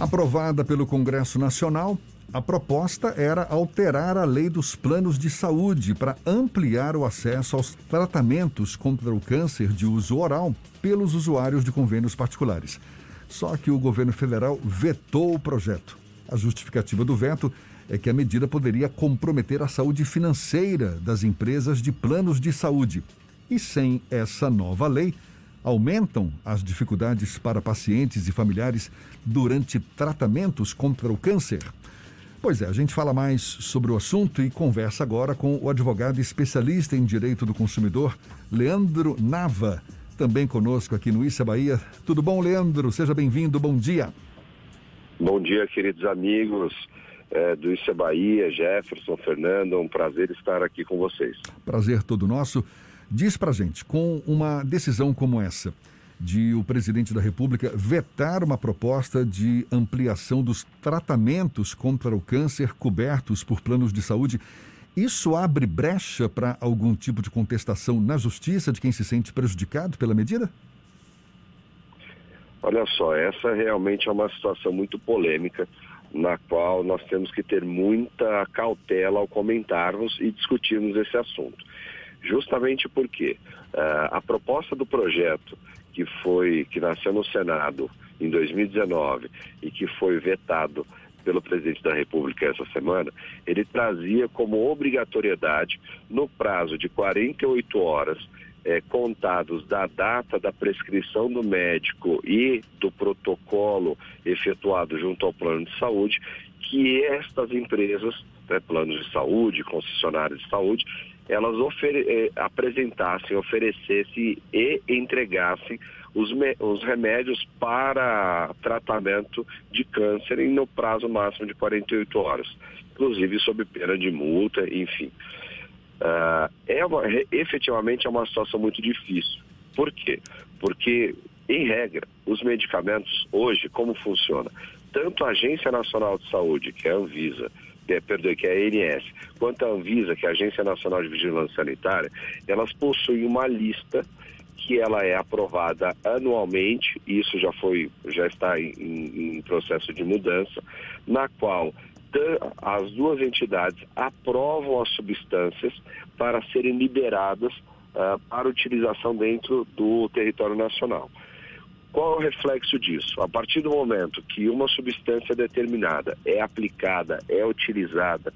Aprovada pelo Congresso Nacional, a proposta era alterar a lei dos planos de saúde para ampliar o acesso aos tratamentos contra o câncer de uso oral pelos usuários de convênios particulares. Só que o governo federal vetou o projeto. A justificativa do veto é que a medida poderia comprometer a saúde financeira das empresas de planos de saúde. E sem essa nova lei, aumentam as dificuldades para pacientes e familiares durante tratamentos contra o câncer. Pois é, a gente fala mais sobre o assunto e conversa agora com o advogado especialista em direito do consumidor, Leandro Nava, também conosco aqui no Issa Bahia. Tudo bom, Leandro? Seja bem-vindo, bom dia. Bom dia, queridos amigos do Issa Bahia, Jefferson, Fernando, é um prazer estar aqui com vocês. Prazer todo nosso. Diz pra gente, com uma decisão como essa, de o presidente da República vetar uma proposta de ampliação dos tratamentos contra o câncer cobertos por planos de saúde, isso abre brecha para algum tipo de contestação na justiça de quem se sente prejudicado pela medida? Olha só, essa realmente é uma situação muito polêmica, na qual nós temos que ter muita cautela ao comentarmos e discutirmos esse assunto. Justamente porque a proposta do projeto que nasceu no Senado em 2019 e que foi vetado pelo presidente da República essa semana, ele trazia como obrigatoriedade, no prazo de 48 horas, contados da data da prescrição do médico e do protocolo efetuado junto ao plano de saúde, que estas empresas, planos de saúde, concessionários de saúde, elas apresentassem, oferecessem e entregassem os remédios para tratamento de câncer no prazo máximo de 48 horas, inclusive sob pena de multa, enfim. Efetivamente é uma situação muito difícil. Por quê? Porque, em regra, os medicamentos hoje, como funciona? Tanto a Agência Nacional de Saúde, que é a Anvisa, que é a ANS, quanto a Anvisa, que é a Agência Nacional de Vigilância Sanitária, elas possuem uma lista que ela é aprovada anualmente, e isso já está em processo de mudança, na qual as duas entidades aprovam as substâncias para serem liberadas para utilização dentro do território nacional. Qual é o reflexo disso? A partir do momento que uma substância determinada é aplicada, é utilizada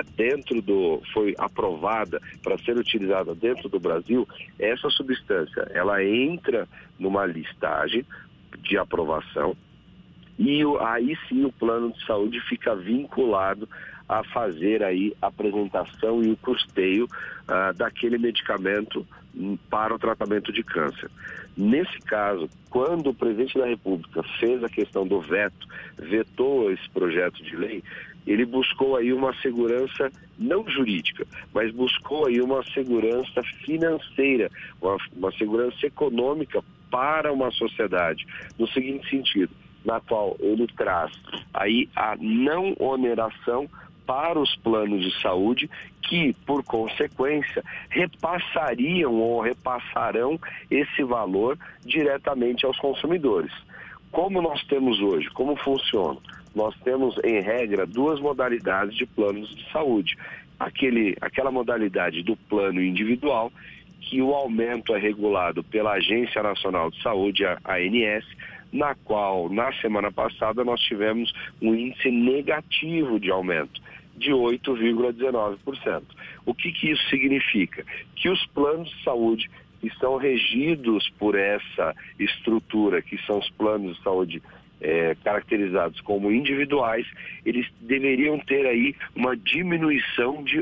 foi aprovada para ser utilizada dentro do Brasil, essa substância, ela entra numa listagem de aprovação e aí sim o plano de saúde fica vinculado a fazer aí a apresentação e o custeio daquele medicamento para o tratamento de câncer. Nesse caso, quando o presidente da República fez a questão do vetou esse projeto de lei, ele buscou aí uma segurança não jurídica, mas buscou aí uma segurança financeira, uma segurança econômica para uma sociedade, no seguinte sentido, na qual ele traz aí a não oneração para os planos de saúde que, por consequência, repassariam ou repassarão esse valor diretamente aos consumidores. Como nós temos hoje, como funciona? Nós temos, em regra, duas modalidades de planos de saúde. Aquela modalidade do plano individual, que o aumento é regulado pela Agência Nacional de Saúde, a ANS, na qual, na semana passada, nós tivemos um índice negativo de aumento, de 8,19%. O que isso significa? Que os planos de saúde que são regidos por essa estrutura, que são os planos de saúde caracterizados como individuais, eles deveriam ter aí uma diminuição de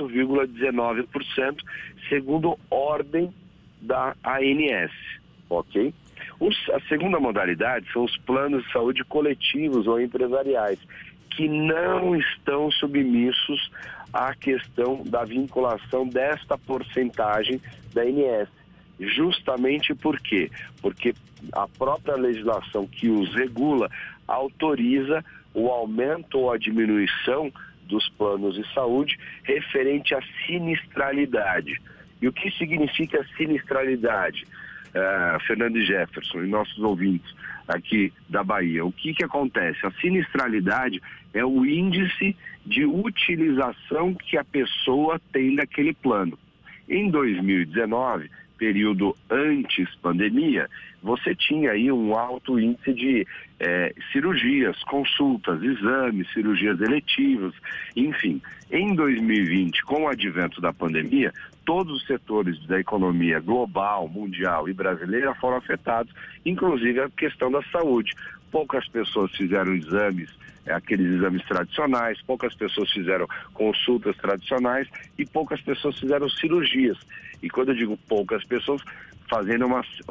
8,19%, segundo ordem da ANS, ok? A segunda modalidade são os planos de saúde coletivos ou empresariais, que não estão submissos à questão da vinculação desta porcentagem da ANS. Justamente por quê? Porque a própria legislação que os regula autoriza o aumento ou a diminuição dos planos de saúde referente à sinistralidade. E o que significa sinistralidade? Fernando e Jefferson, e nossos ouvintes aqui da Bahia, o que acontece? A sinistralidade é o índice de utilização que a pessoa tem daquele plano. Em 2019, período antes pandemia, você tinha aí um alto índice de cirurgias, consultas, exames, cirurgias eletivas, enfim. Em 2020, com o advento da pandemia, todos os setores da economia global, mundial e brasileira foram afetados, inclusive a questão da saúde. Poucas pessoas fizeram exames, aqueles exames tradicionais, poucas pessoas fizeram consultas tradicionais e poucas pessoas fizeram cirurgias. E quando eu digo poucas pessoas, fazendo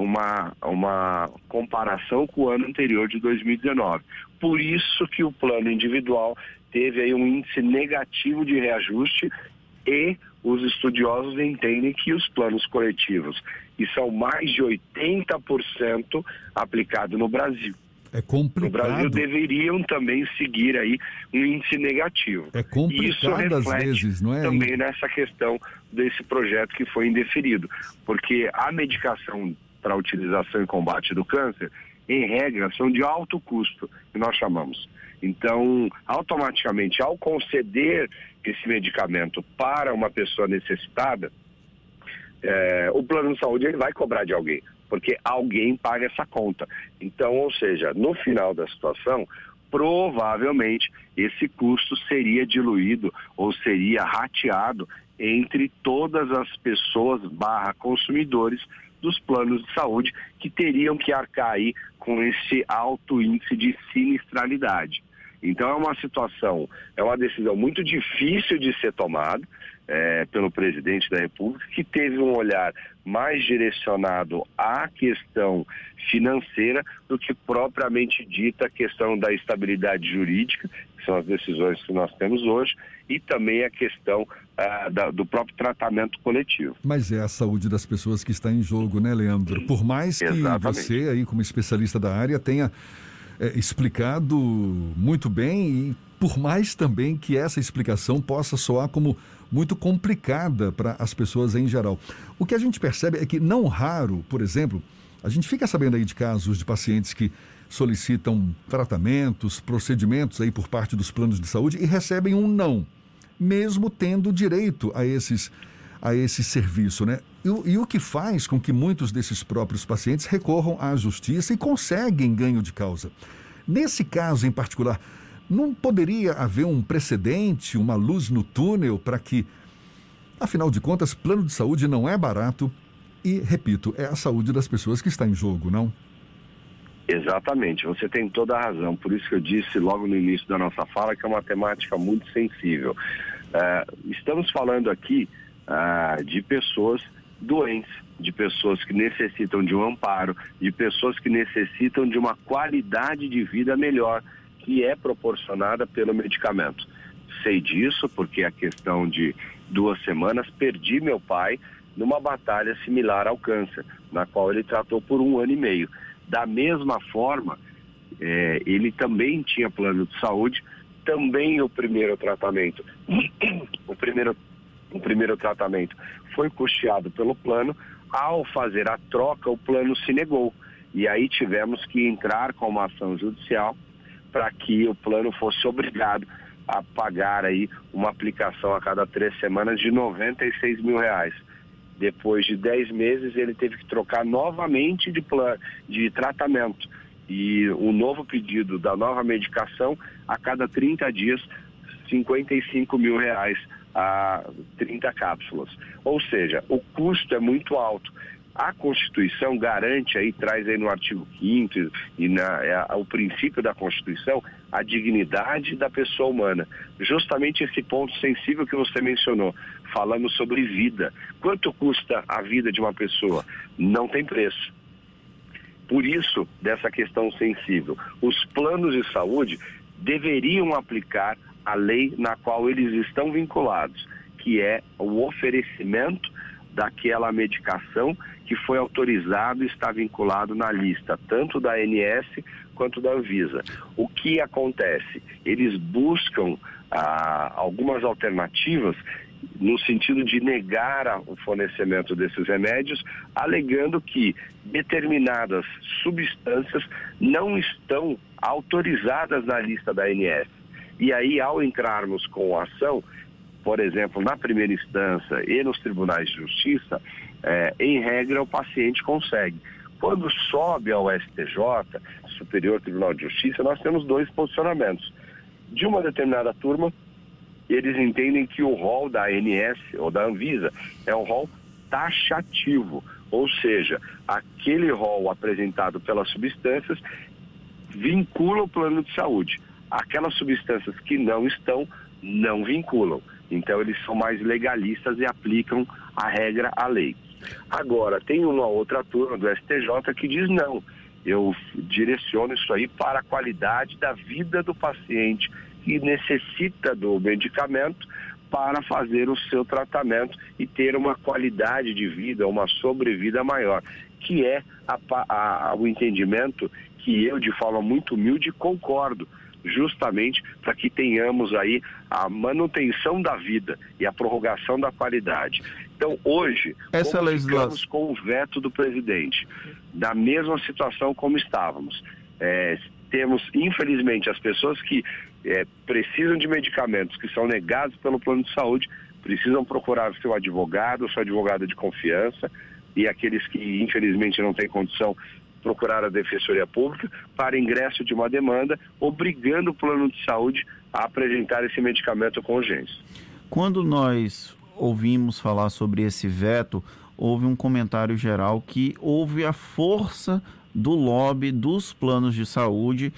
uma comparação com o ano anterior de 2019. Por isso que o plano individual teve aí um índice negativo de reajuste e os estudiosos entendem que os planos coletivos, que são mais de 80% aplicados no Brasil. É complicado. No Brasil deveriam também seguir aí um índice negativo. É complicado e isso reflete às vezes, não é? Também nessa questão desse projeto que foi indeferido. Porque a medicação para utilização e combate do câncer, em regra, são de alto custo, que nós chamamos. Então, automaticamente, ao conceder esse medicamento para uma pessoa necessitada, o plano de saúde ele vai cobrar de alguém, porque alguém paga essa conta. Então, ou seja, no final da situação, provavelmente esse custo seria diluído ou seria rateado entre todas as pessoas consumidores dos planos de saúde que teriam que arcar aí com esse alto índice de sinistralidade. Então é uma situação, é uma decisão muito difícil de ser tomada pelo presidente da República, que teve um olhar mais direcionado à questão financeira do que propriamente dita a questão da estabilidade jurídica, que são as decisões que nós temos hoje, e também a questão do próprio tratamento coletivo. Mas é a saúde das pessoas que está em jogo, né, Leandro? Por mais que Exatamente. Você, aí como especialista da área, tenha explicado muito bem, e por mais também que essa explicação possa soar como muito complicada para as pessoas em geral. O que a gente percebe é que, não raro, por exemplo, a gente fica sabendo aí de casos de pacientes que solicitam tratamentos, procedimentos aí por parte dos planos de saúde e recebem um não, mesmo tendo direito a esse serviço, né? E o que faz com que muitos desses próprios pacientes recorram à justiça e conseguem ganho de causa. Nesse caso em particular, não poderia haver um precedente, uma luz no túnel para que, afinal de contas, plano de saúde não é barato e, repito, é a saúde das pessoas que está em jogo, não? Exatamente, você tem toda a razão. Por isso que eu disse logo no início da nossa fala que é uma temática muito sensível. Estamos falando aqui de pessoas doentes, de pessoas que necessitam de um amparo, de pessoas que necessitam de uma qualidade de vida melhor, que é proporcionada pelo medicamento. Sei disso porque a questão de 2 semanas perdi meu pai numa batalha similar ao câncer, na qual ele tratou por 1 ano e meio. Da mesma forma, ele também tinha plano de saúde, também o primeiro tratamento, o primeiro tratamento foi custeado pelo plano. Ao fazer a troca, o plano se negou. E aí tivemos que entrar com uma ação judicial para que o plano fosse obrigado a pagar aí uma aplicação a cada 3 semanas de R$96 mil. Depois de 10 meses, ele teve que trocar novamente de tratamento. E o novo pedido da nova medicação, a cada 30 dias, R$55 mil a 30 cápsulas. Ou seja, o custo é muito alto. A Constituição garante aí, traz aí no artigo 5º e o princípio da Constituição, a dignidade da pessoa humana. Justamente esse ponto sensível que você mencionou, falando sobre vida. Quanto custa a vida de uma pessoa? Não tem preço. Por isso, dessa questão sensível, os planos de saúde deveriam aplicar a lei na qual eles estão vinculados, que é o oferecimento daquela medicação que foi autorizado e está vinculado na lista, tanto da ANS quanto da Anvisa. O que acontece? Eles buscam algumas alternativas no sentido de negar o fornecimento desses remédios, alegando que determinadas substâncias não estão autorizadas na lista da ANS. E aí, ao entrarmos com a ação, por exemplo, na primeira instância e nos tribunais de justiça, em regra, o paciente consegue. Quando sobe ao STJ, Superior Tribunal de Justiça, nós temos dois posicionamentos. De uma determinada turma, eles entendem que o rol da ANS ou da Anvisa é um rol taxativo, ou seja, aquele rol apresentado pelas substâncias vincula o plano de saúde. Aquelas substâncias que não estão, não vinculam. Então, eles são mais legalistas e aplicam a regra à lei. Agora, tem uma outra turma do STJ que diz não. Eu direciono isso aí para a qualidade da vida do paciente que necessita do medicamento para fazer o seu tratamento e ter uma qualidade de vida, uma sobrevida maior, que é o entendimento que eu, de forma muito humilde, concordo, justamente para que tenhamos aí a manutenção da vida e a prorrogação da qualidade. Então, hoje, ficamos com o veto do presidente, da mesma situação como estávamos. Temos, infelizmente, as pessoas que precisam de medicamentos que são negados pelo plano de saúde, precisam procurar seu advogado, sua advogada de confiança, e aqueles que, infelizmente, não têm condição, procurar a Defensoria Pública para ingresso de uma demanda, obrigando o plano de saúde a apresentar esse medicamento com urgência. Quando nós ouvimos falar sobre esse veto, houve um comentário geral que houve a força do lobby dos planos de saúde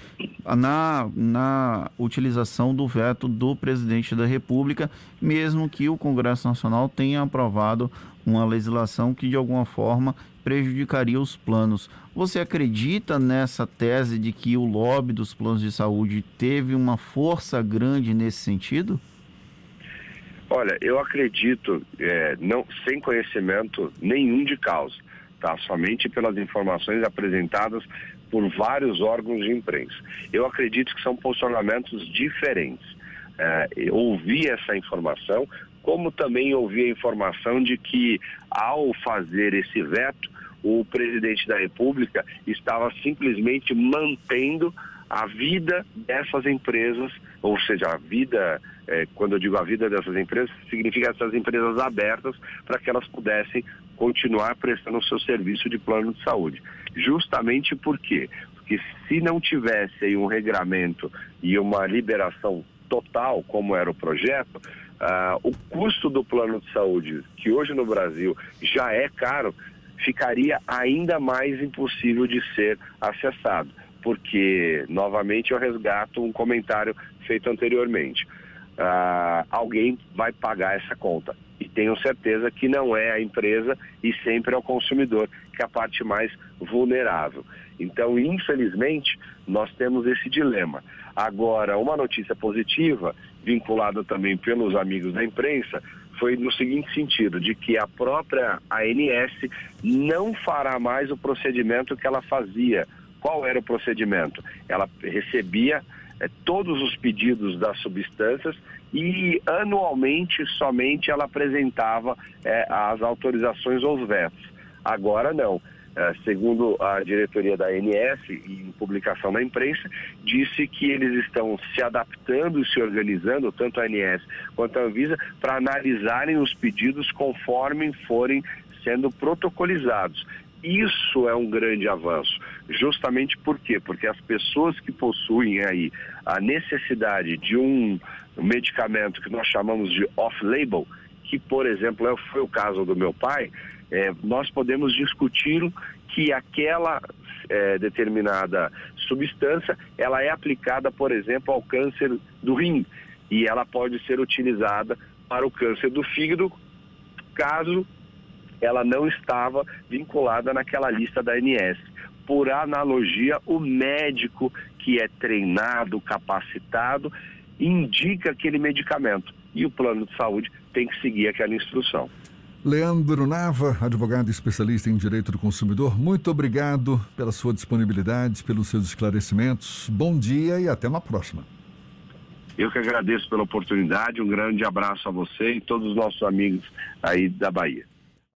na utilização do veto do presidente da República, mesmo que o Congresso Nacional tenha aprovado uma legislação que de alguma forma prejudicaria os planos. Você acredita nessa tese de que o lobby dos planos de saúde teve uma força grande nesse sentido? Olha, eu acredito, não, sem conhecimento nenhum de causa, tá? Somente pelas informações apresentadas por vários órgãos de imprensa. Eu acredito que são posicionamentos diferentes. Eu ouvi essa informação, como também ouvi a informação de que, ao fazer esse veto, o presidente da República estava simplesmente mantendo a vida dessas empresas, ou seja, a vida, quando eu digo a vida dessas empresas, significa essas empresas abertas para que elas pudessem continuar prestando o seu serviço de plano de saúde. Justamente por quê? Porque se não tivesse aí um regramento e uma liberação total, como era o projeto, o custo do plano de saúde, que hoje no Brasil já é caro, ficaria ainda mais impossível de ser acessado. Porque, novamente, eu resgato um comentário feito anteriormente. Alguém vai pagar essa conta. E tenho certeza que não é a empresa e sempre é o consumidor, que é a parte mais vulnerável. Então, infelizmente, nós temos esse dilema. Agora, uma notícia positiva, vinculada também pelos amigos da imprensa, foi no seguinte sentido, de que a própria ANS não fará mais o procedimento que ela fazia. Qual era o procedimento? Ela recebia todos os pedidos das substâncias e anualmente somente ela apresentava as autorizações ou os vetos. Agora não. Segundo a diretoria da ANS, em publicação na imprensa, disse que eles estão se adaptando e se organizando, tanto a ANS quanto a Anvisa, para analisarem os pedidos conforme forem sendo protocolizados. Isso é um grande avanço. Justamente por quê? Porque as pessoas que possuem aí a necessidade de um medicamento que nós chamamos de off-label, que, por exemplo, foi o caso do meu pai, nós podemos discutir que aquela determinada substância, ela é aplicada, por exemplo, ao câncer do rim, e ela pode ser utilizada para o câncer do fígado, caso ela não estava vinculada naquela lista da ANS. Por analogia, o médico que é treinado, capacitado, indica aquele medicamento, e o plano de saúde tem que seguir aquela instrução. Leandro Nava, advogado especialista em direito do consumidor, muito obrigado pela sua disponibilidade, pelos seus esclarecimentos. Bom dia e até uma próxima. Eu que agradeço pela oportunidade, um grande abraço a você e todos os nossos amigos aí da Bahia.